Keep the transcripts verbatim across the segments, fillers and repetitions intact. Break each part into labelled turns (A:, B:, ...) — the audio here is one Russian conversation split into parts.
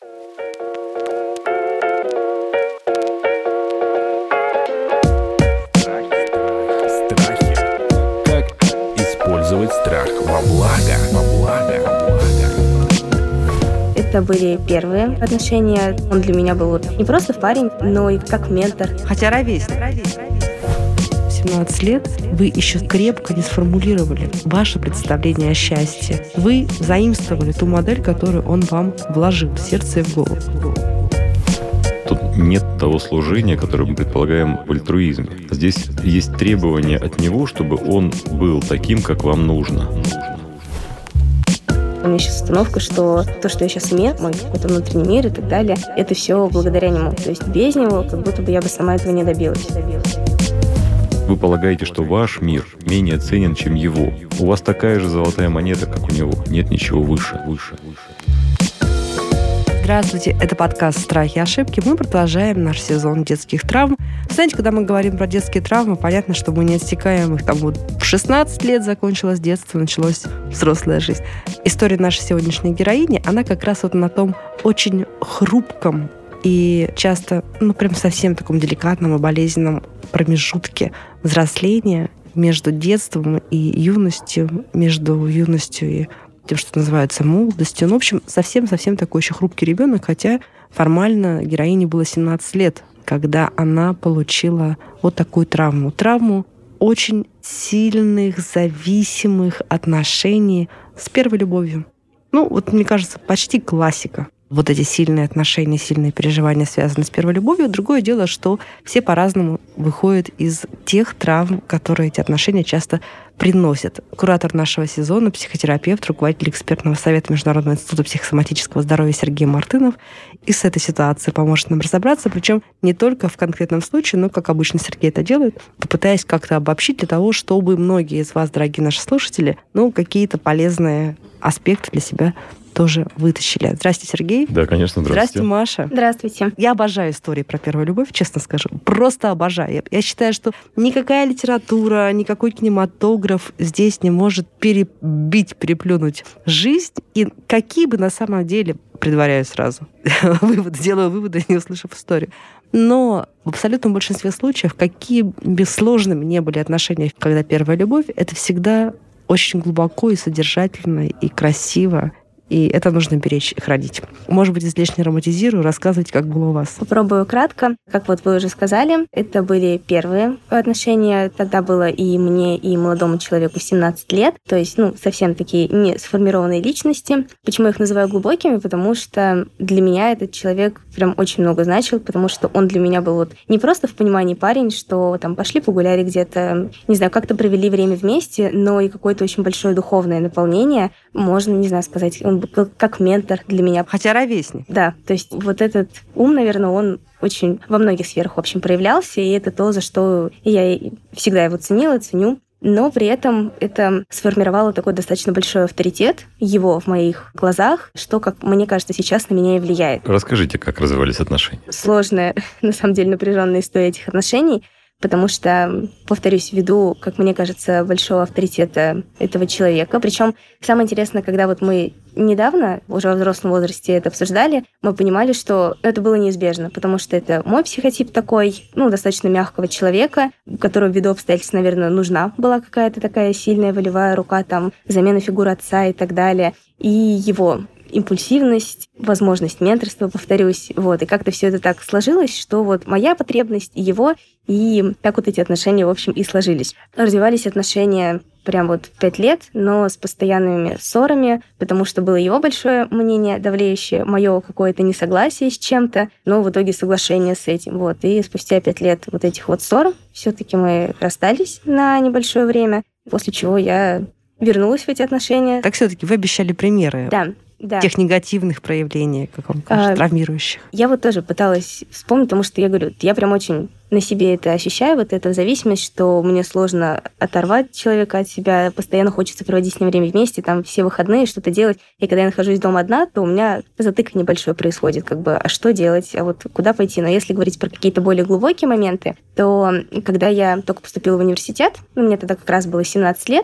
A: Использовать страх во благо, во благо, во благо.
B: Это были первые отношения. Он для меня был вот не просто парень, но и как ментор.
C: Хотя ровесник. В семнадцать лет вы еще крепко не сформулировали ваше представление о счастье. Вы заимствовали ту модель, которую он вам вложил в сердце и в голову.
D: Тут нет того служения, которое мы предполагаем в альтруизме. Здесь есть требование от него, чтобы он был таким, как вам нужно.
B: У меня сейчас установка, что то, что я сейчас имею, мой какой-то внутренний мир и так далее, это все благодаря нему. То есть без него, как будто бы я бы сама этого не добилась.
D: Вы полагаете, что ваш мир менее ценен, чем его. У вас такая же золотая монета, как у него. Нет ничего выше, выше, выше.
C: Здравствуйте, это подкаст «Страхи и ошибки». Мы продолжаем наш сезон детских травм. Знаете, когда мы говорим про детские травмы, понятно, что мы не отсекаем их. Там вот в шестнадцать лет закончилось детство, началась взрослая жизнь. История нашей сегодняшней героини, она как раз вот на том очень хрупком и часто, ну, прям совсем таком деликатном и болезненном промежутке взросления между детством и юностью, между юностью и тем, что называется молодостью. Ну, в общем, совсем-совсем такой еще хрупкий ребенок, хотя формально героине было семнадцать лет, когда она получила вот такую травму. Травму очень сильных, зависимых отношений с первой любовью. Ну, вот, мне кажется, почти классика. Вот эти сильные отношения, сильные переживания связаны с первой любовью. Другое дело, что все по-разному выходят из тех травм, которые эти отношения часто приносят. Куратор нашего сезона, психотерапевт, руководитель экспертного совета Международного института психосоматического здоровья Сергей Мартынов и с этой ситуацией поможет нам разобраться, причем не только в конкретном случае, но, как обычно Сергей это делает, попытаясь как-то обобщить для того, чтобы многие из вас, дорогие наши слушатели, ну, какие-то полезные аспекты для себя тоже вытащили. Здравствуйте, Сергей.
D: Да, конечно, здравствуйте.
C: Здравствуйте, Маша.
B: Здравствуйте.
C: Я обожаю истории про первую любовь, честно скажу. Просто обожаю. Я, я считаю, что никакая литература, никакой кинематограф здесь не может перебить, переплюнуть жизнь. И какие бы на самом деле, предваряю сразу, выводы, делаю выводы, не услышав историю. Но в абсолютном большинстве случаев, какие бы сложными не были отношения, когда первая любовь, это всегда очень глубоко и содержательно, и красиво. И это нужно беречь и хранить. Может быть, излишне романтизирую, рассказывайте, как было у вас.
B: Попробую кратко. Как вот вы уже сказали, это были первые отношения. Тогда было и мне, и молодому человеку семнадцать лет. То есть, ну, совсем такие не сформированные личности. Почему я их называю глубокими? Потому что для меня этот человек прям очень много значил, потому что он для меня был вот не просто в понимании парень, что там пошли погуляли где-то, не знаю, как-то провели время вместе, но и какое-то очень большое духовное наполнение. Можно, не знаю, сказать, он был как ментор для меня.
C: Хотя ровесник.
B: Да, то есть вот этот ум, наверное, он очень во многих сферах, в общем, проявлялся, и это то, за что я всегда его ценила, ценю. Но при этом это сформировало такой достаточно большой авторитет его в моих глазах, что, как мне кажется, сейчас на меня и влияет.
D: Расскажите, как развивались отношения?
B: Сложная, на самом деле, напряженная история этих отношений, потому что, повторюсь, ввиду, как мне кажется, большого авторитета этого человека. Причем самое интересное, когда вот мы недавно, уже во взрослом возрасте, это обсуждали, мы понимали, что это было неизбежно, потому что это мой психотип такой, ну, достаточно мягкого человека, которому ввиду обстоятельств, наверное, нужна была какая-то такая сильная волевая рука, там, замена фигуры отца и так далее. И его импульсивность, возможность менторства, повторюсь, вот, и как-то все это так сложилось, что вот моя потребность и его, и так вот эти отношения, в общем, и сложились. Развивались отношения прям вот пять лет, но с постоянными ссорами, потому что было его большое мнение давлеющее, мое какое-то несогласие с чем-то, но в итоге соглашение с этим, вот, и спустя пять лет вот этих вот ссор все-таки мы расстались на небольшое время, после чего я вернулась в эти отношения.
C: Так все-таки вы обещали примеры.
B: Да. Да.
C: Тех негативных проявлений, как вам кажется, а, травмирующих.
B: Я вот тоже пыталась вспомнить, потому что я говорю, я прям очень на себе это ощущаю, вот эту зависимость, что мне сложно оторвать человека от себя, постоянно хочется проводить с ним время вместе, там все выходные что-то делать. И когда я нахожусь дома одна, то у меня затык небольшой происходит, как бы, а что делать, а вот куда пойти? Но если говорить про какие-то более глубокие моменты, то когда я только поступила в университет, ну, мне тогда как раз было семнадцать лет,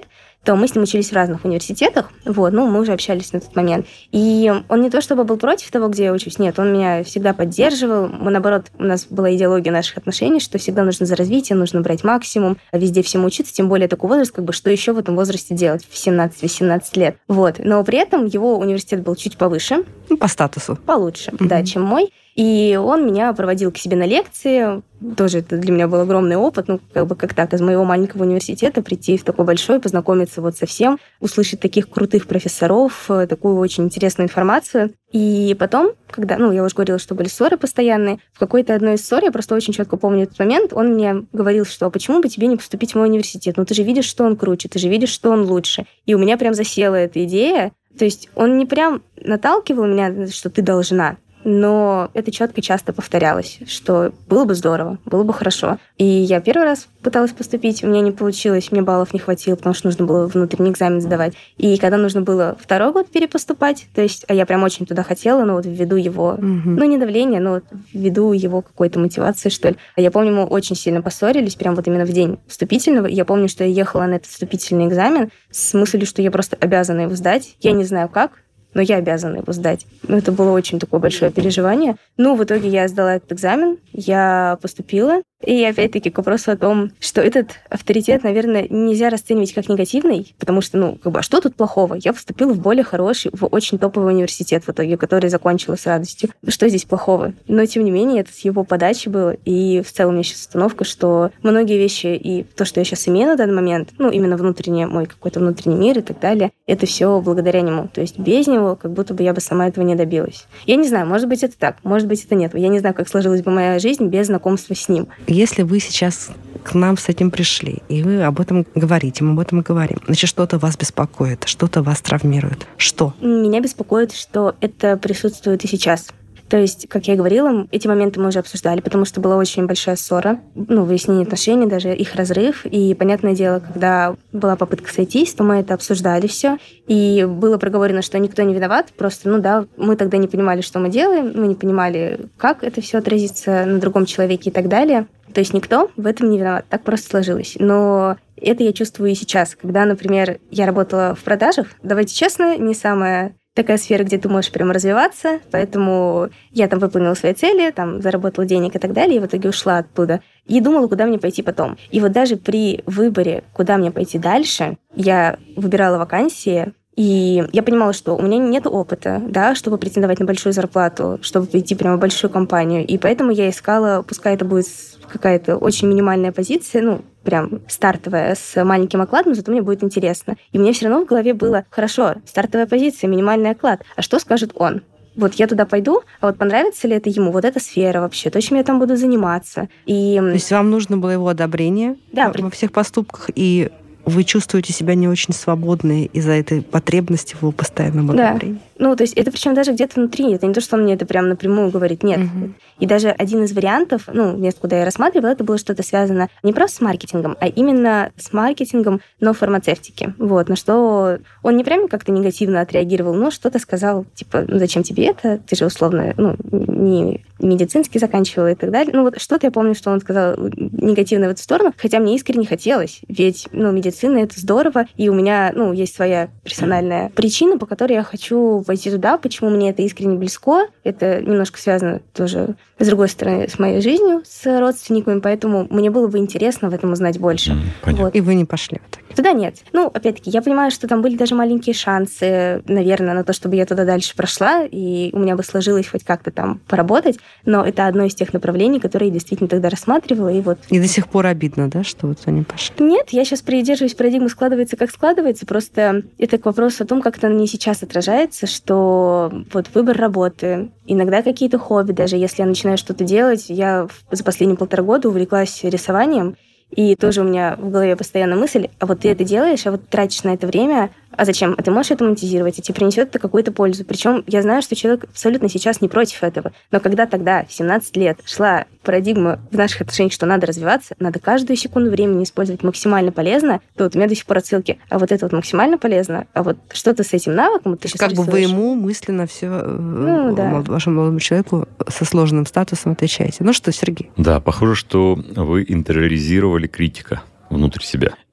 B: то мы с ним учились в разных университетах, вот, ну, мы уже общались на тот момент. И он не то чтобы был против того, где я учусь, нет, он меня всегда поддерживал. Мы, наоборот, у нас была идеология наших отношений, что всегда нужно за развитие, нужно брать максимум, везде всему учиться, тем более такой возраст, как бы, что еще в этом возрасте делать в семнадцать-восемнадцать лет. Вот. Но при этом его университет был чуть повыше.
C: Ну, по статусу.
B: Получше,
C: Mm-hmm.
B: да, чем мой. И он меня проводил к себе на лекции. Тоже это для меня был огромный опыт. Ну, как бы как так, из моего маленького университета прийти в такой большой, познакомиться вот со всем, услышать таких крутых профессоров, такую очень интересную информацию. И потом, когда, ну, я уже говорила, что были ссоры постоянные, в какой-то одной из ссор, я просто очень четко помню этот момент, он мне говорил, что почему бы тебе не поступить в мой университет? Ну, ты же видишь, что он круче, ты же видишь, что он лучше. И у меня прям засела эта идея. То есть он не прям наталкивал меня, что ты должна, но это четко часто повторялось, что было бы здорово, было бы хорошо. И я первый раз пыталась поступить, у меня не получилось, мне баллов не хватило, потому что нужно было внутренний экзамен сдавать. И когда нужно было второй год перепоступать, то есть, а я прям очень туда хотела, но вот ввиду его, mm-hmm. ну не давления, но вот ввиду его какой-то мотивации, что ли. Я помню, мы очень сильно поссорились, прям вот именно в день вступительного. Я помню, что я ехала на этот вступительный экзамен с мыслью, что я просто обязана его сдать. Я не знаю как, но я обязана его сдать. Ну, это было очень такое большое переживание. Ну, в итоге я сдала этот экзамен, я поступила. И опять-таки к вопросу о том, что этот авторитет, наверное, нельзя расценивать как негативный, потому что, ну, как бы, а что тут плохого? Я поступила в более хороший, в очень топовый университет в итоге, который закончила с радостью. Что здесь плохого? Но, тем не менее, это с его подачи было. И в целом у меня сейчас установка, что многие вещи и то, что я сейчас имею на данный момент, ну, именно внутренний, мой какой-то внутренний мир и так далее, это все благодаря нему. То есть без него как будто бы я бы сама этого не добилась. Я не знаю, может быть, это так, может быть, это нет. Я не знаю, как сложилась бы моя жизнь без знакомства с ним.
C: Если вы сейчас к нам с этим пришли, и вы об этом говорите, мы об этом и говорим, значит, что-то вас беспокоит, что-то вас травмирует. Что?
B: Меня беспокоит, что это присутствует и сейчас. То есть, как я и говорила, эти моменты мы уже обсуждали, потому что была очень большая ссора, ну, выяснение отношений, даже их разрыв. И, понятное дело, когда была попытка сойтись, то мы это обсуждали все. И было проговорено, что никто не виноват, просто, ну да, мы тогда не понимали, что мы делаем, мы не понимали, как это все отразится на другом человеке и так далее. То есть никто в этом не виноват, так просто сложилось. Но это я чувствую и сейчас, когда, например, я работала в продажах. Давайте честно, не самая такая сфера, где ты можешь прям развиваться, поэтому я там выполнила свои цели, там заработала денег и так далее, и в итоге ушла оттуда. И думала, куда мне пойти потом. И вот даже при выборе, куда мне пойти дальше, я выбирала вакансии, и я понимала, что у меня нет опыта, да, чтобы претендовать на большую зарплату, чтобы прийти прямо в большую компанию. И поэтому я искала, пускай это будет какая-то очень минимальная позиция, ну, прям стартовая, с маленьким окладом, зато мне будет интересно. И мне все равно в голове было, хорошо, стартовая позиция, минимальный оклад, а что скажет он? Вот я туда пойду, а вот понравится ли это ему, вот эта сфера вообще, то, чем я там буду заниматься. И...
C: То есть вам нужно было его одобрение, да, во всех поступках, и вы чувствуете себя не очень свободной из-за этой потребности в его постоянном одобрении.
B: Да. Ну, то есть это причем даже где-то внутри. Это не то, что он мне это прям напрямую говорит. Нет. Угу. И даже один из вариантов, ну, мест, куда я рассматривала, это было что-то связано не просто с маркетингом, а именно с маркетингом, но в фармацевтике. Вот. На что он не прям как-то негативно отреагировал, но что-то сказал, типа, ну, зачем тебе это? Ты же условно, ну, не медицинский заканчивала и так далее. Ну, вот что-то я помню, что он сказал негативно в эту сторону, хотя мне искренне хотелось. Ведь, ну, медицина — это здорово, и у меня, ну, есть своя персональная причина, по которой я хочу пойти туда, почему мне это искренне близко. Это немножко связано тоже, с другой стороны, с моей жизнью, с родственниками, поэтому мне было бы интересно в этом узнать больше.
D: Mm,
B: вот.
C: И вы не пошли в итоге?
B: Туда нет. Ну, опять-таки, я понимаю, что там были даже маленькие шансы, наверное, на то, чтобы я туда дальше прошла, и у меня бы сложилось хоть как-то там поработать, но это одно из тех направлений, которые я действительно тогда рассматривала, и вот...
C: И до сих пор обидно, да, что вот они пошли?
B: Нет, я сейчас придерживаюсь парадигмы «складывается, как складывается», просто это к вопросу о том, как это на мне сейчас отражается, что вот выбор работы, иногда какие-то хобби, даже если я начинаю что-то делать, я за последние полтора года увлеклась рисованием, и тоже у меня в голове постоянно мысль, а вот ты это делаешь, а вот тратишь на это время, а зачем? А ты можешь это монетизировать, и тебе принесет это какую-то пользу. Причем я знаю, что человек абсолютно сейчас не против этого. Но когда тогда, в семнадцать лет, шла парадигма в наших отношениях, что надо развиваться, надо каждую секунду времени использовать максимально полезно, то вот у меня до сих пор отсылки. А вот это вот максимально полезно, а вот что-то с этим навыком ты сейчас
C: как
B: рисуешь.
C: бы вы ему мысленно все, ну, да. вашему молодому человеку со сложным статусом отвечаете. Ну что, Сергей?
D: Да, похоже, что вы интериоризировали критика внутрь себя.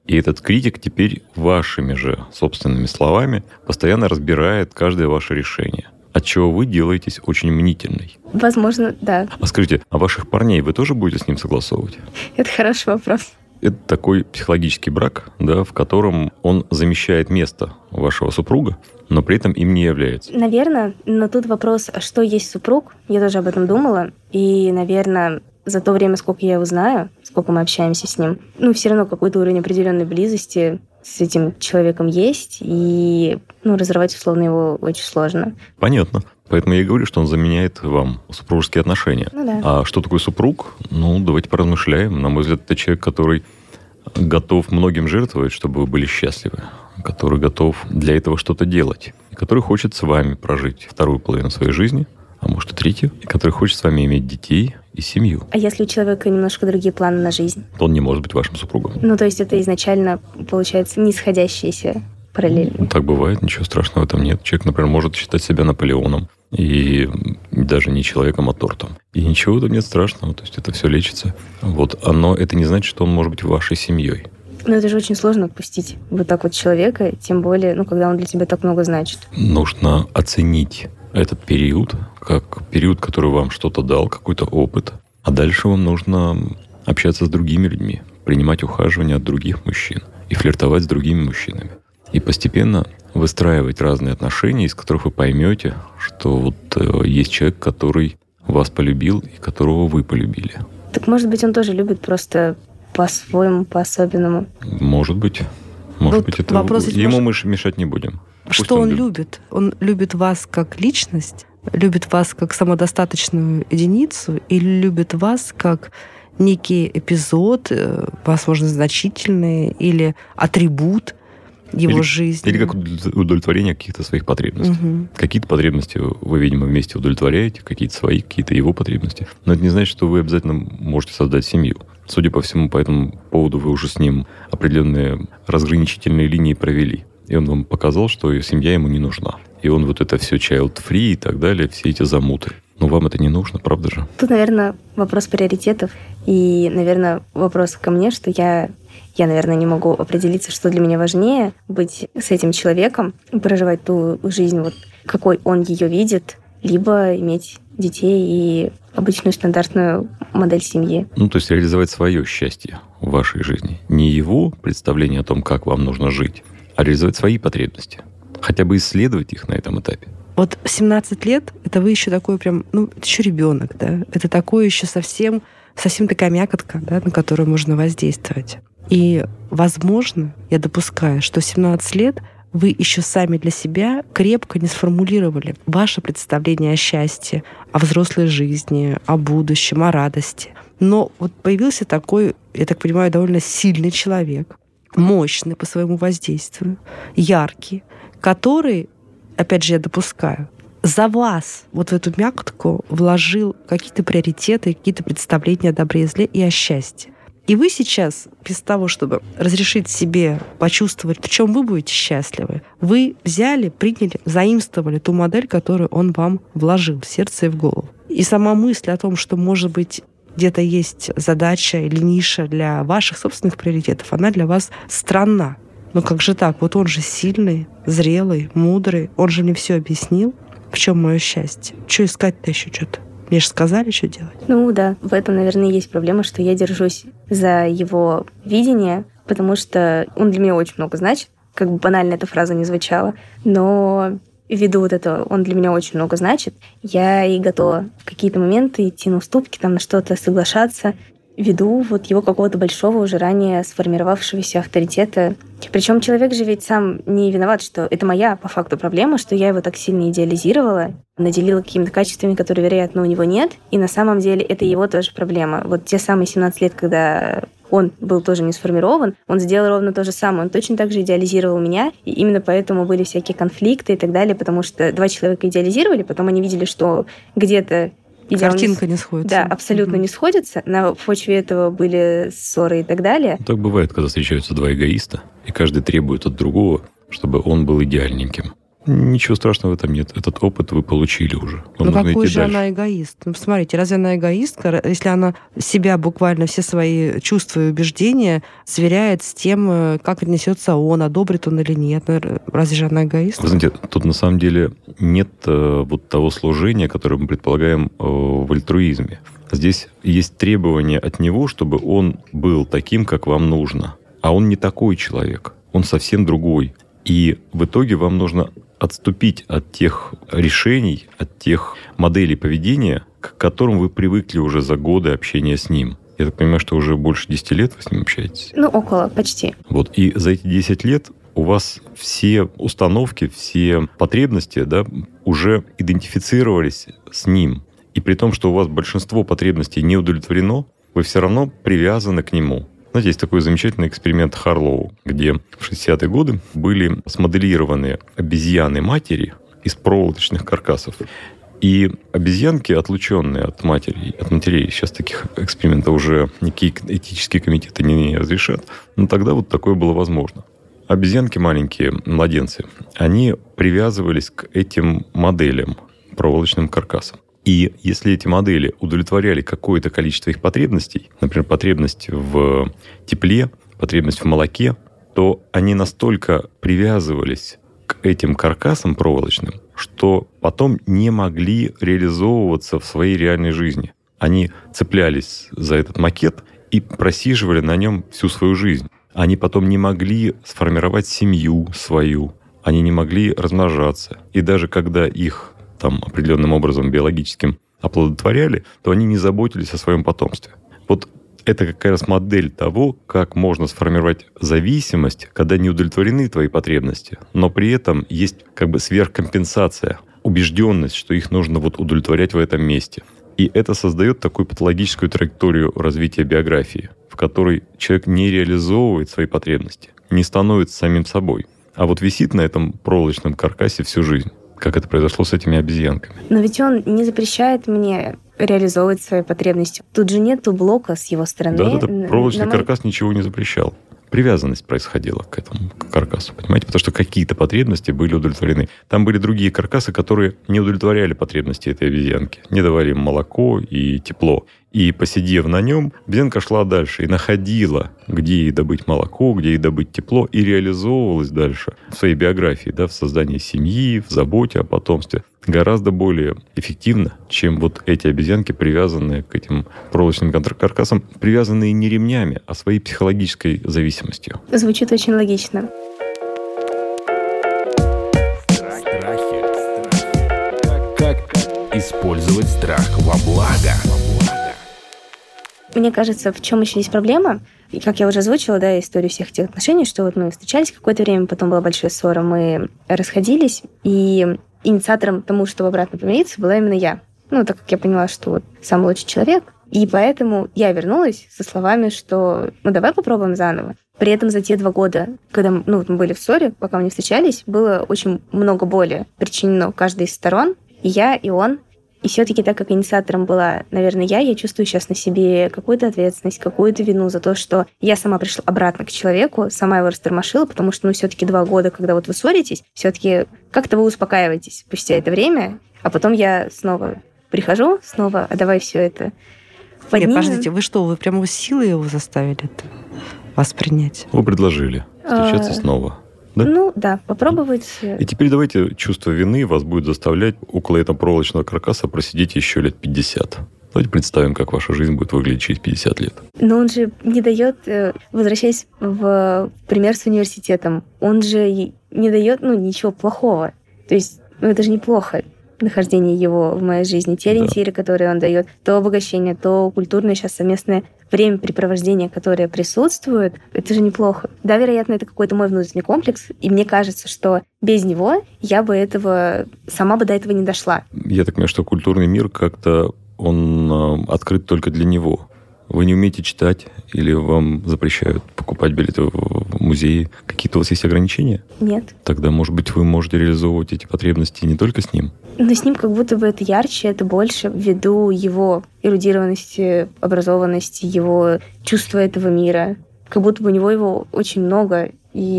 D: И этот критик теперь вашими же собственными словами постоянно разбирает каждое ваше решение, отчего вы делаетесь очень мнительной.
B: Возможно, да.
D: А скажите, а ваших парней вы тоже будете с ним согласовывать?
B: Это хороший вопрос.
D: Это такой психологический брак, да, в котором он замещает место вашего супруга, но при этом им не является.
B: Наверное, но тут вопрос, что есть супруг? Я тоже об этом думала. И, наверное, за то время, сколько я его знаю, сколько мы общаемся с ним, ну, все равно какой-то уровень определенной близости с этим человеком есть, и, ну, разорвать, условно, его очень сложно.
D: Понятно. Поэтому я и говорю, что он заменяет вам супружеские отношения.
B: Ну да.
D: А что такое супруг? Ну, давайте поразмышляем. На мой взгляд, это человек, который готов многим жертвовать, чтобы вы были счастливы, который готов для этого что-то делать, и который хочет с вами прожить вторую половину своей жизни, а может и третью, и который хочет с вами иметь детей и семью.
B: А если у человека немножко другие планы на жизнь?
D: То он не может быть вашим супругом.
B: Ну, то есть это изначально, получается, нисходящиеся параллельно.
D: Ну, так бывает, ничего страшного в этом нет. Человек, например, может считать себя Наполеоном, и даже не человеком, а тортом. И ничего в этом нет страшного, то есть это все лечится. Вот. Но это не значит, что он может быть вашей семьей.
B: Но это же очень сложно отпустить вот так вот человека, тем более, ну, когда он для тебя так много значит.
D: Нужно оценить этот период как период, который вам что-то дал, какой-то опыт. А дальше вам нужно общаться с другими людьми, принимать ухаживание от других мужчин и флиртовать с другими мужчинами. И постепенно выстраивать разные отношения, из которых вы поймете, что вот э, есть человек, который вас полюбил и которого вы полюбили.
B: Так, может быть, он тоже любит просто по-своему, по-особенному.
D: Может быть. Может
C: Вот
D: быть, это
C: вопрос,
D: ему
C: может...
D: мы мешать не будем. Пусть
C: Что он
D: любит.
C: любит? Он любит вас как личность, любит вас как самодостаточную единицу или любит вас как некий эпизод, возможно, значительный, или атрибут его
D: или,
C: жизни?
D: Или как удовлетворение каких-то своих потребностей.
C: Угу.
D: Какие-то потребности вы, видимо, вместе удовлетворяете, какие-то свои, какие-то его потребности. Но это не значит, что вы обязательно можете создать семью. Судя по всему, по этому поводу вы уже с ним определенные разграничительные линии провели. И он вам показал, что семья ему не нужна. И он вот это все child-free и так далее, все эти замуты. Но вам это не нужно, правда же?
B: Тут, наверное, вопрос приоритетов. И, наверное, вопрос ко мне, что я, я, наверное, не могу определиться, что для меня важнее быть с этим человеком, проживать ту жизнь, вот какой он ее видит, либо иметь детей и обычную стандартную модель семьи.
D: Ну, то есть реализовать свое счастье в вашей жизни. Не его представление о том, как вам нужно жить, а реализовать свои потребности. Хотя бы исследовать их на этом этапе.
C: Вот семнадцать лет, это вы еще такой прям, ну, это еще ребенок, да? Это такой еще совсем, совсем такая мякотка, да, на которую можно воздействовать. И, возможно, я допускаю, что в семнадцать лет вы еще сами для себя крепко не сформулировали ваше представление о счастье, о взрослой жизни, о будущем, о радости. Но вот появился такой, я так понимаю, довольно сильный человек, мощный по своему воздействию, яркий, который, опять же, я допускаю, за вас вот в эту мякотку вложил какие-то приоритеты, какие-то представления о добре и зле и о счастье. И вы сейчас, без того, чтобы разрешить себе почувствовать, в чем вы будете счастливы, вы взяли, приняли, заимствовали ту модель, которую он вам вложил в сердце и в голову. И сама мысль о том, что, может быть, где-то есть задача или ниша для ваших собственных приоритетов, она для вас странна. Но как же так? Вот он же сильный, зрелый, мудрый, он же мне все объяснил. В чем мое счастье? Что искать-то еще что-то? Мне же сказали, что делать.
B: Ну да, в этом, наверное, есть проблема, что я держусь за его видение, потому что он для меня очень много значит, как бы банально эта фраза не звучала, но ввиду вот этого, он для меня очень много значит, я и готова в какие-то моменты идти на уступки, там на что-то соглашаться, ввиду вот его какого-то большого, уже ранее сформировавшегося авторитета. Причем человек же ведь сам не виноват, что это моя, по факту, проблема, что я его так сильно идеализировала, наделила какими-то качествами, которые, вероятно, у него нет, и на самом деле это его тоже проблема. Вот те самые семнадцать лет, когда он был тоже не сформирован, он сделал ровно то же самое. Он точно так же идеализировал меня, и именно поэтому были всякие конфликты и так далее, потому что два человека идеализировали, потом они видели, что где-то
C: картинка не сходится.
B: Да, абсолютно угу. не сходится. На почве этого были ссоры и так далее.
D: Так бывает, когда встречаются два эгоиста, и каждый требует от другого, чтобы он был идеальненьким. Ничего страшного в этом нет. Этот опыт вы получили уже. Вам
C: Ну
D: нужно
C: какой
D: идти
C: же
D: дальше.
C: она эгоист? Ну, посмотрите, разве она эгоистка, если она себя буквально, все свои чувства и убеждения сверяет с тем, как отнесется он, одобрит он или нет? Разве же она эгоист?
D: Вы знаете, тут на самом деле нет э, вот того служения, которое мы предполагаем э, в альтруизме. Здесь есть требование от него, чтобы он был таким, как вам нужно. А он не такой человек. Он совсем другой. И в итоге вам нужно отступить от тех решений, от тех моделей поведения, к которым вы привыкли уже за годы общения с ним. Я так понимаю, что уже больше десяти лет вы с ним общаетесь?
B: Ну, около, почти.
D: Вот. И за эти десять лет у вас все установки, все потребности, да, уже идентифицировались с ним. И при том, что у вас большинство потребностей не удовлетворено, вы все равно привязаны к нему. Знаете, есть такой замечательный эксперимент Харлоу, где в шестидесятые годы были смоделированы обезьяны-матери из проволочных каркасов. И обезьянки, отлученные от матери, от матерей, сейчас таких экспериментов уже никакие этические комитеты не разрешат, но тогда вот такое было возможно. Обезьянки маленькие, младенцы, они привязывались к этим моделям, проволочным каркасам. И если эти модели удовлетворяли какое-то количество их потребностей, например, потребность в тепле, потребность в молоке, то они настолько привязывались к этим каркасам проволочным, что потом не могли реализовываться в своей реальной жизни. Они цеплялись за этот макет и просиживали на нем всю свою жизнь. Они потом не могли сформировать семью свою, они не могли размножаться. И даже когда их там определенным образом биологическим оплодотворяли, то они не заботились о своем потомстве. Вот это как раз модель того, как можно сформировать зависимость, когда не удовлетворены твои потребности, но при этом есть как бы сверхкомпенсация, убежденность, что их нужно вот удовлетворять в этом месте. И это создает такую патологическую траекторию развития биографии, в которой человек не реализовывает свои потребности, не становится самим собой, а вот висит на этом проволочном каркасе всю жизнь. Как это произошло с этими обезьянками.
B: Но ведь он не запрещает мне реализовывать свои потребности. Тут же нету блока с его стороны.
D: Да-да-да, проволочный
B: На мой-
D: каркас ничего не запрещал. Привязанность происходила к этому каркасу, понимаете? Потому что какие-то потребности были удовлетворены. Там были другие каркасы, которые не удовлетворяли потребности этой обезьянки. Не давали им молоко и тепло. И, посидев на нем, обезьянка шла дальше и находила, где ей добыть молоко, где ей добыть тепло, и реализовывалась дальше в своей биографии, да, в создании семьи, в заботе о потомстве. Гораздо более эффективно, чем вот эти обезьянки, привязанные к этим проволочным каркасам, привязанные не ремнями, а своей психологической зависимостью.
B: Звучит очень логично.
A: Страхи. Как использовать страх во благо?
B: Мне кажется, в чем еще есть проблема, и как я уже озвучила, да, историю всех этих отношений, что вот мы встречались какое-то время, потом была большая ссора, мы расходились, и инициатором тому, чтобы обратно помириться, была именно я. Ну, так как я поняла, что вот самый лучший человек, и поэтому я вернулась со словами, что ну давай попробуем заново. При этом за те два года, когда ну, мы были в ссоре, пока мы не встречались, было очень много боли причинено каждой из сторон, и я, и он. И все-таки, так как инициатором была, наверное, я, я чувствую сейчас на себе какую-то ответственность, какую-то вину за то, что я сама пришла обратно к человеку, сама его растормошила, потому что, ну, все-таки два года, когда вот вы ссоритесь, все-таки как-то вы успокаиваетесь спустя это время, а потом я снова прихожу, снова, а давай все это поднимем.
C: Нет, подождите, вы что, вы прямо силой его заставили это воспринять?
D: Вы предложили встречаться
B: А,
D: снова. Да?
B: Ну, да, попробовать.
D: И теперь давайте чувство вины вас будет заставлять около этого проволочного каркаса просидеть еще лет пятьдесят. Давайте представим, как ваша жизнь будет выглядеть через пятьдесят лет.
B: Но он же не дает, э, возвращаясь в пример с университетом, он же и не дает, ну, ничего плохого. То есть, ну, это же неплохо, нахождение его в моей жизни. Те ориентиры, да, которые он дает, то обогащение, то культурное сейчас совместное времяпрепровождение, которое присутствует, это же неплохо. Да, вероятно, это какой-то мой внутренний комплекс, и мне кажется, что без него я бы этого, сама бы до этого не дошла.
D: Я так понимаю, что культурный мир как-то он открыт только для него. Вы не умеете читать или вам запрещают покупать билеты в музеи? Какие-то у вас есть ограничения?
B: Нет.
D: Тогда, может быть, вы можете реализовывать эти потребности не только с ним?
B: Но с ним как будто бы это ярче, это больше ввиду его эрудированности, образованности, его чувства этого мира. Как будто бы у него его очень много, и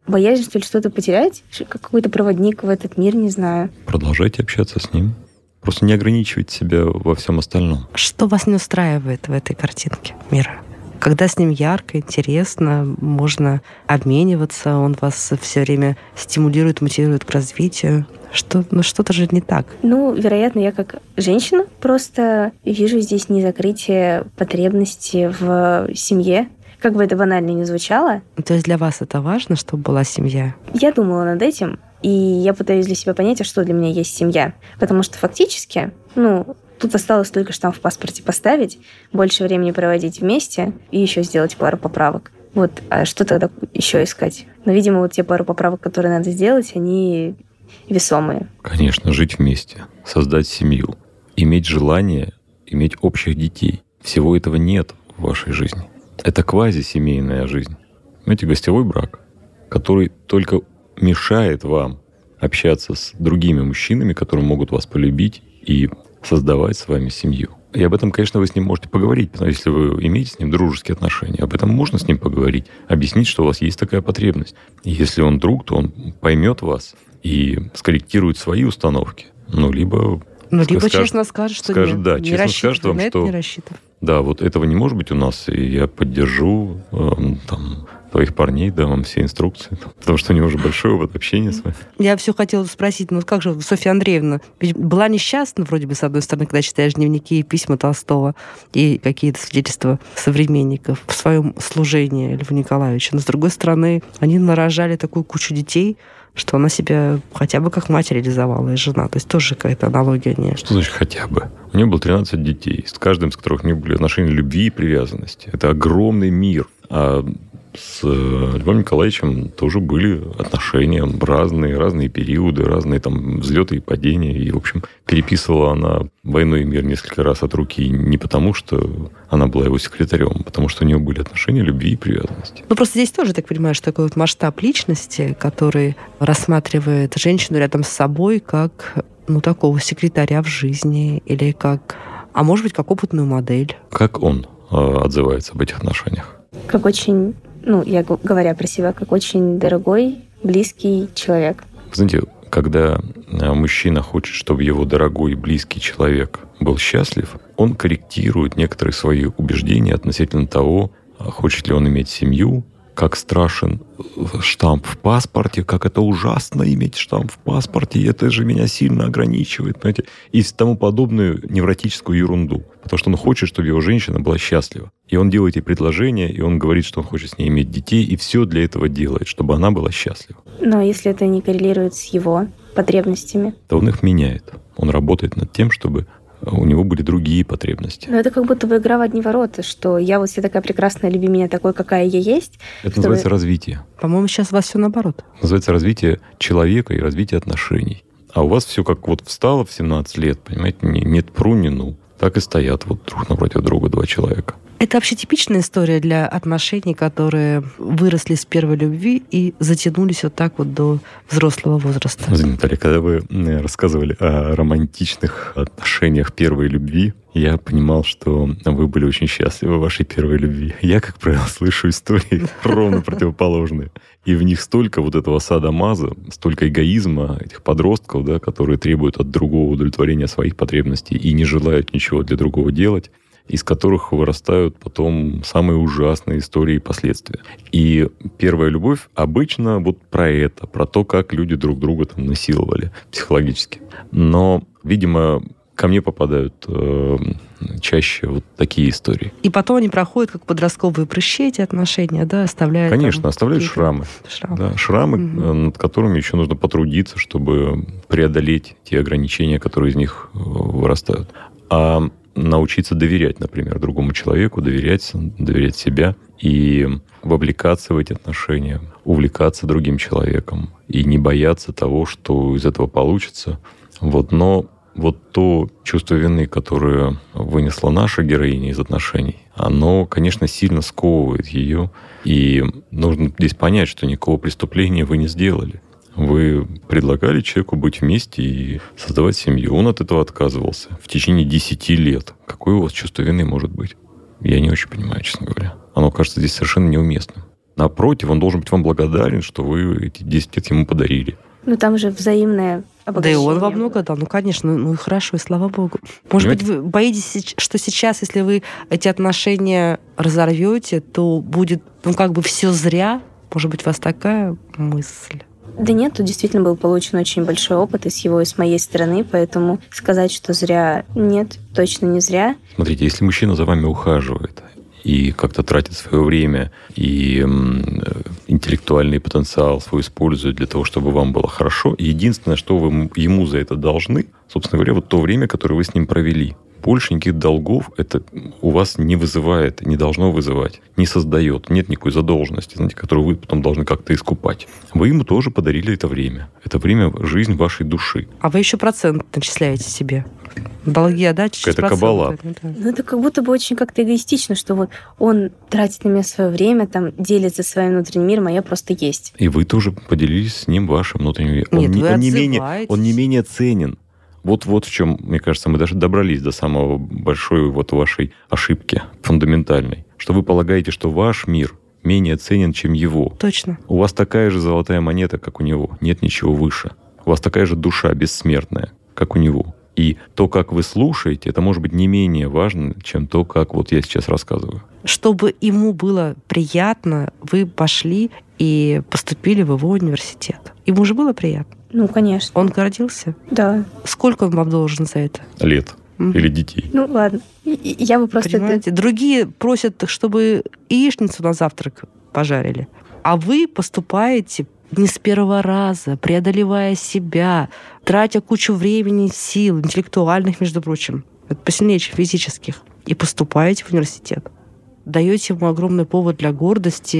B: боязнь, что ли, что-то потерять? Как какой-то проводник в этот мир, не знаю.
D: Продолжайте общаться с ним. Просто не ограничивайте себя во всем остальном.
C: Что вас не устраивает в этой картинке мира? Когда с ним ярко, интересно, можно обмениваться, он вас все время стимулирует, мотивирует к развитию. Что, ну, что-то же не так.
B: Ну, вероятно, я как женщина просто вижу здесь незакрытие потребности в семье. Как бы это банально ни звучало.
C: То есть для вас это важно, чтобы была семья?
B: Я думала над этим, и я пытаюсь для себя понять, а что для меня есть семья. Потому что фактически, ну, тут осталось только штамп в паспорте поставить, больше времени проводить вместе и еще сделать пару поправок. Вот, а что тогда еще искать? Но, видимо, вот те пару поправок, которые надо сделать, они весомые.
D: Конечно, жить вместе, создать семью, иметь желание, иметь общих детей. Всего этого нет в вашей жизни. Это квазисемейная жизнь. Знаете, гостевой брак, который только мешает вам общаться с другими мужчинами, которые могут вас полюбить и создавать с вами семью. И об этом, конечно, вы с ним можете поговорить, потому что если вы имеете с ним дружеские отношения, об этом можно с ним поговорить, объяснить, что у вас есть такая потребность. И если он друг, то он поймет вас и скорректирует свои установки. Ну, либо...
C: Ну, либо
D: скажет,
C: честно скажет, что
D: скажет,
C: нет.
D: да,
C: не
D: честно скажет вам,
C: на
D: что...
C: это не рассчитывай.
D: Да, вот этого не может быть у нас, и я поддержу э, там, твоих парней, дам вам все инструкции, потому что у него уже большой опыт общения с вами.
C: Я все хотела спросить, ну как же Софья Андреевна ведь была несчастна, вроде бы, с одной стороны, когда читаешь дневники и письма Толстого и какие-то свидетельства современников в своем служении Льву Николаевичу, но с другой стороны, они нарожали такую кучу детей, что она себя хотя бы как мать реализовала и жена. То есть тоже какая-то аналогия не...
D: Что значит хотя бы? У нее было тринадцать детей, с каждым из которых у нее были отношения любви и привязанности. Это огромный мир. А с Львом Николаевичем тоже были отношения разные, разные периоды, разные там взлеты и падения. И, в общем, переписывала она «Войну и мир» несколько раз от руки не потому, что она была его секретарем, а потому что у нее были отношения любви и привязанности.
C: Ну, просто здесь тоже, так понимаю, что такой вот масштаб личности, который рассматривает женщину рядом с собой как, ну, такого секретаря в жизни или как, а может быть, как опытную модель.
D: Как он э, отзывается об этих отношениях?
B: Как очень, ну, я говоря про себя, как очень дорогой, близкий человек.
D: Знаете, когда мужчина хочет, чтобы его дорогой и близкий человек был счастлив, он корректирует некоторые свои убеждения относительно того, хочет ли он иметь семью, как страшен штамп в паспорте, как это ужасно иметь штамп в паспорте, и это же меня сильно ограничивает, понимаете, и тому подобную невротическую ерунду. Потому что он хочет, чтобы его женщина была счастлива. И он делает ей предложение, и он говорит, что он хочет с ней иметь детей, и все для этого делает, чтобы она была счастлива.
B: Но если это не коррелирует с его потребностями?
D: То он их меняет. Он работает над тем, чтобы у него были другие потребности.
B: Но это как будто бы игра в одни ворота, что я вот вся такая прекрасная, люби меня такой, какая я есть.
D: Это
B: чтобы...
D: называется развитие.
C: По-моему, сейчас у вас все наоборот.
D: Называется развитие человека и развитие отношений. А у вас все как вот встало в семнадцать лет, понимаете, нет пру, ни ну. Так и стоят вот друг напротив друга два человека.
C: Это вообще типичная история для отношений, которые выросли с первой любви и затянулись вот так вот до взрослого возраста.
D: Знаете, Наталья, когда вы рассказывали о романтичных отношениях первой любви, я понимал, что вы были очень счастливы в вашей первой любви. Я, как правило, слышу истории ровно противоположные. И в них столько вот этого садомаза, столько эгоизма этих подростков, да, которые требуют от другого удовлетворения своих потребностей и не желают ничего для другого делать, из которых вырастают потом самые ужасные истории и последствия. И первая любовь обычно вот про это, про то, как люди друг друга там насиловали психологически. Но, видимо, ко мне попадают э, чаще вот такие истории.
C: И потом они проходят как подростковые прыщи, эти отношения, да, оставляют...
D: Конечно,
C: там,
D: оставляют шрамы.
C: Шрамы,
D: да, шрамы угу. над которыми еще нужно потрудиться, чтобы преодолеть те ограничения, которые из них вырастают. А научиться доверять, например, другому человеку, доверять, доверять себя и вовлекаться в эти отношения, увлекаться другим человеком и не бояться того, что из этого получится. Вот. Но вот то чувство вины, которое вынесла наша героиня из отношений, оно, конечно, сильно сковывает ее. И нужно здесь понять, что никакого преступления вы не сделали. Вы предлагали человеку быть вместе и создавать семью. Он от этого отказывался в течение десяти лет. Какое у вас чувство вины может быть? Я не очень понимаю, честно говоря. Оно кажется здесь совершенно неуместным. Напротив, он должен быть вам благодарен, что вы эти десять лет ему подарили.
B: Ну, там же взаимное обогащение.
C: Да и он вам много дал. Ну, конечно, ну и хорошо, и слава богу. Может Понимаете? быть, вы боитесь, что сейчас, если вы эти отношения разорвете, то будет, ну, как бы все зря? Может быть, у вас такая мысль?
B: Да нет, тут действительно был получен очень большой опыт и с его, и с моей стороны, поэтому сказать, что зря, нет, точно не зря.
D: Смотрите, если мужчина за вами ухаживает и как-то тратит свое время и интеллектуальный потенциал свой использует для того, чтобы вам было хорошо, и единственное, что вы ему за это должны, собственно говоря, вот то время, которое вы с ним провели. Больше никаких долгов это у вас не вызывает, не должно вызывать, не создает. Нет никакой задолженности, знаете, которую вы потом должны как-то искупать. Вы ему тоже подарили это время. Это время, жизнь вашей души.
C: А вы еще процент начисляете себе? Долги отдать через
D: Это кабала.
B: Ну, это как будто бы очень как-то эгоистично, что вот он тратит на меня свое время, там, делится своим внутренним миром, а я просто есть.
D: И вы тоже поделились с ним вашим внутренним миром.
C: Нет,
D: он,
C: вы
D: он, не менее, он не менее ценен. Вот, вот в чем, мне кажется, мы даже добрались до самого большой вот вашей ошибки, фундаментальной. Что вы полагаете, что ваш мир менее ценен, чем его.
C: Точно.
D: У вас такая же золотая монета, как у него. Нет ничего выше. У вас такая же душа бессмертная, как у него. И то, как вы слушаете, это может быть не менее важно, чем то, как вот я сейчас рассказываю.
C: Чтобы ему было приятно, вы пошли и поступили в его университет. Ему же было приятно?
B: Ну, конечно.
C: Он гордился?
B: Да.
C: Сколько он вам должен за это?
D: Лет. Mm-hmm. Или детей.
B: Ну, ладно. Я бы просто...
C: Понимаете? Это... Другие просят, чтобы яичницу на завтрак пожарили. А вы поступаете не с первого раза, преодолевая себя, тратя кучу времени, сил, интеллектуальных, между прочим. Это посильнее, чем физических. И поступаете в университет. Даете ему огромный повод для гордости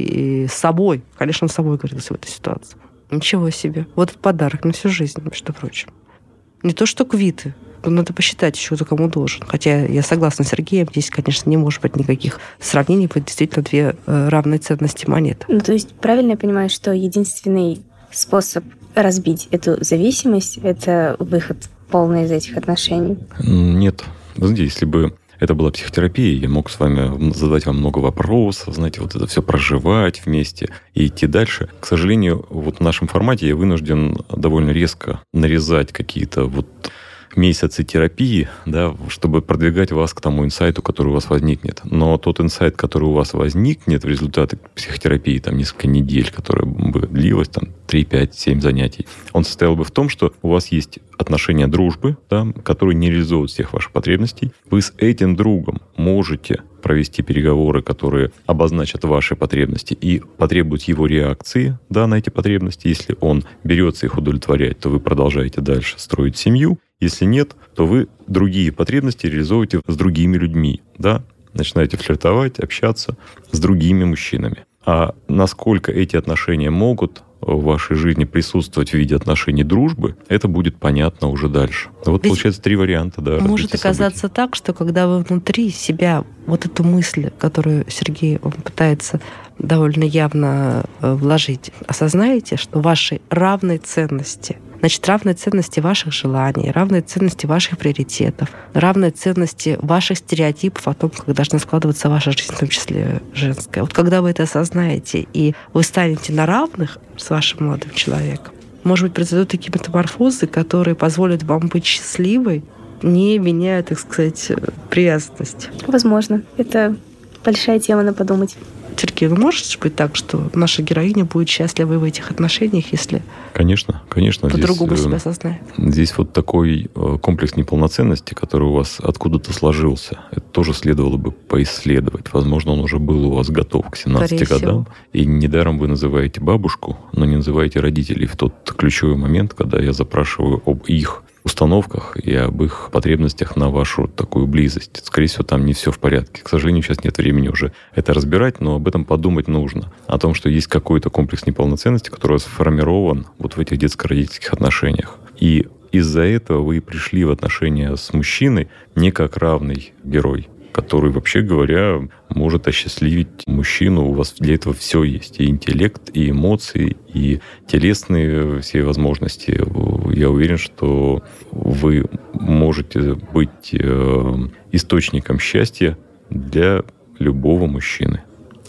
C: и собой. Конечно, он собой гордился в этой ситуации. Ничего себе. Вот подарок на всю жизнь, между прочим. Не то, что квиты. Надо посчитать еще, кто кому должен. Хотя я согласна с Сергеем, здесь, конечно, не может быть никаких сравнений. Это действительно две равные ценности монеты.
B: Ну, то есть правильно я понимаю, что единственный способ разбить эту зависимость — это выход полный из этих отношений?
D: Нет. Вы знаете, если бы это была психотерапия, я мог с вами задать вам много вопросов, знаете, вот это все проживать вместе и идти дальше. К сожалению, вот в нашем формате я вынужден довольно резко нарезать какие-то вот месяцы терапии, да, чтобы продвигать вас к тому инсайту, который у вас возникнет. Но тот инсайт, который у вас возникнет в результате психотерапии, там, несколько недель, которая бы длилась, там, три, пять, семь занятий, он состоял бы в том, что у вас есть отношения дружбы, да, которые не реализуют всех ваших потребностей. Вы с этим другом можете провести переговоры, которые обозначат ваши потребности и потребуют его реакции, да, на эти потребности. Если он берется их удовлетворять, то вы продолжаете дальше строить семью. Если нет, то вы другие потребности реализуете с другими людьми, да, начинаете флиртовать, общаться с другими мужчинами. А насколько эти отношения могут в вашей жизни присутствовать в виде отношений дружбы, это будет понятно уже дальше. Вот, ведь получается, три варианта. Да,
C: может оказаться событий. Так, что когда вы внутри себя вот эту мысль, которую Сергей он пытается довольно явно вложить, осознаете, что ваши равные ценности, значит, равные ценности ваших желаний, равные ценности ваших приоритетов, равные ценности ваших стереотипов о том, как должна складываться ваша жизнь, в том числе женская. Вот когда вы это осознаете, и вы станете на равных с вашим молодым человеком, может быть, произойдут такие метаморфозы, которые позволят вам быть счастливой, не меняя, так сказать, привязанность.
B: Возможно. Это большая тема на подумать.
C: Сергей, ну может быть так, что наша героиня будет счастлива в этих отношениях, если
D: конечно, конечно,
C: по-другому
D: здесь,
C: себя осознает?
D: Здесь вот такой комплекс неполноценности, который у вас откуда-то сложился, это тоже следовало бы поисследовать. Возможно, он уже был у вас готов к семнадцати годам. И недаром вы называете бабушку, но не называете родителей в тот ключевой момент, когда я запрашиваю об их установках и об их потребностях на вашу такую близость. Скорее всего, там не все в порядке. К сожалению, сейчас нет времени уже это разбирать, но об этом подумать нужно. О том, что есть какой-то комплекс неполноценности, который сформирован вот в этих детско-родительских отношениях. И из-за этого вы пришли в отношения с мужчиной не как равный герой, который, вообще говоря, может осчастливить мужчину. У вас для этого все есть. И интеллект, и эмоции, и телесные все возможности. Я уверен, что вы можете быть источником счастья для любого мужчины.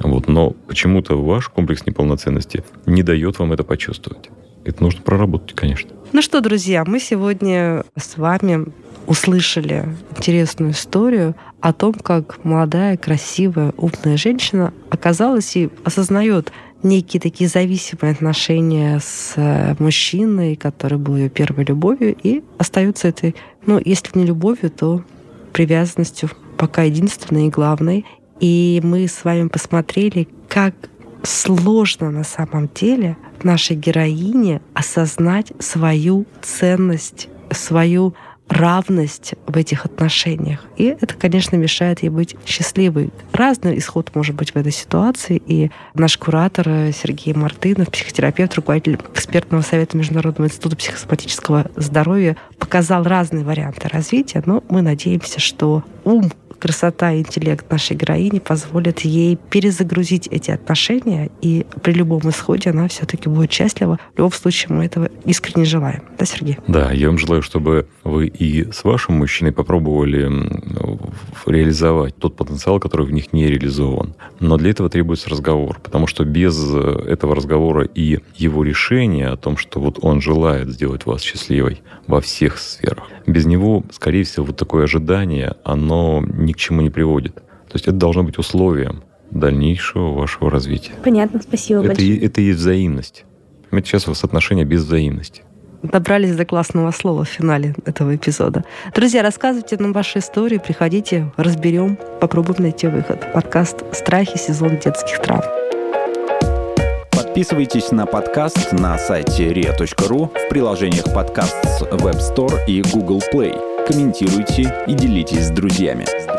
D: Вот, но почему-то ваш комплекс неполноценности не дает вам это почувствовать. Это нужно проработать, конечно.
C: Ну что, друзья, мы сегодня с вами услышали интересную историю о том, как молодая, красивая, умная женщина оказалась и осознает некие такие зависимые отношения с мужчиной, который был ее первой любовью, и остается этой, ну, если не любовью, то привязанностью, пока единственной и главной. И мы с вами посмотрели, как сложно на самом деле нашей героине осознать свою ценность, свою равность в этих отношениях. И это, конечно, мешает ей быть счастливой. Разный исход может быть в этой ситуации. И наш куратор Сергей Мартынов, психотерапевт, руководитель экспертного совета Международного института психосоматического здоровья, показал разные варианты развития. Но мы надеемся, что ум, красота и интеллект нашей героини позволят ей перезагрузить эти отношения, и при любом исходе она все-таки будет счастлива. В любом случае мы этого искренне желаем. Да, Сергей?
D: Да, я вам желаю, чтобы вы и с вашим мужчиной попробовали реализовать тот потенциал, который в них не реализован. Но для этого требуется разговор, потому что без этого разговора и его решения о том, что вот он желает сделать вас счастливой во всех сферах, без него, скорее всего, вот такое ожидание, оно ни к чему не приводит. То есть это должно быть условием дальнейшего вашего развития.
B: Понятно, спасибо
D: это
B: большое.
D: И, это и есть взаимность. Понимаете, сейчас у вас отношения без взаимности.
C: Добрались до классного слова в финале этого эпизода. Друзья, рассказывайте нам ваши истории, приходите, разберем, попробуем найти выход. Подкаст «Страхи. Сезон детских травм».
E: Подписывайтесь на подкаст на сайте риа точка ру, в приложениях подкаст с Web Store и Google Play. Комментируйте и делитесь с друзьями.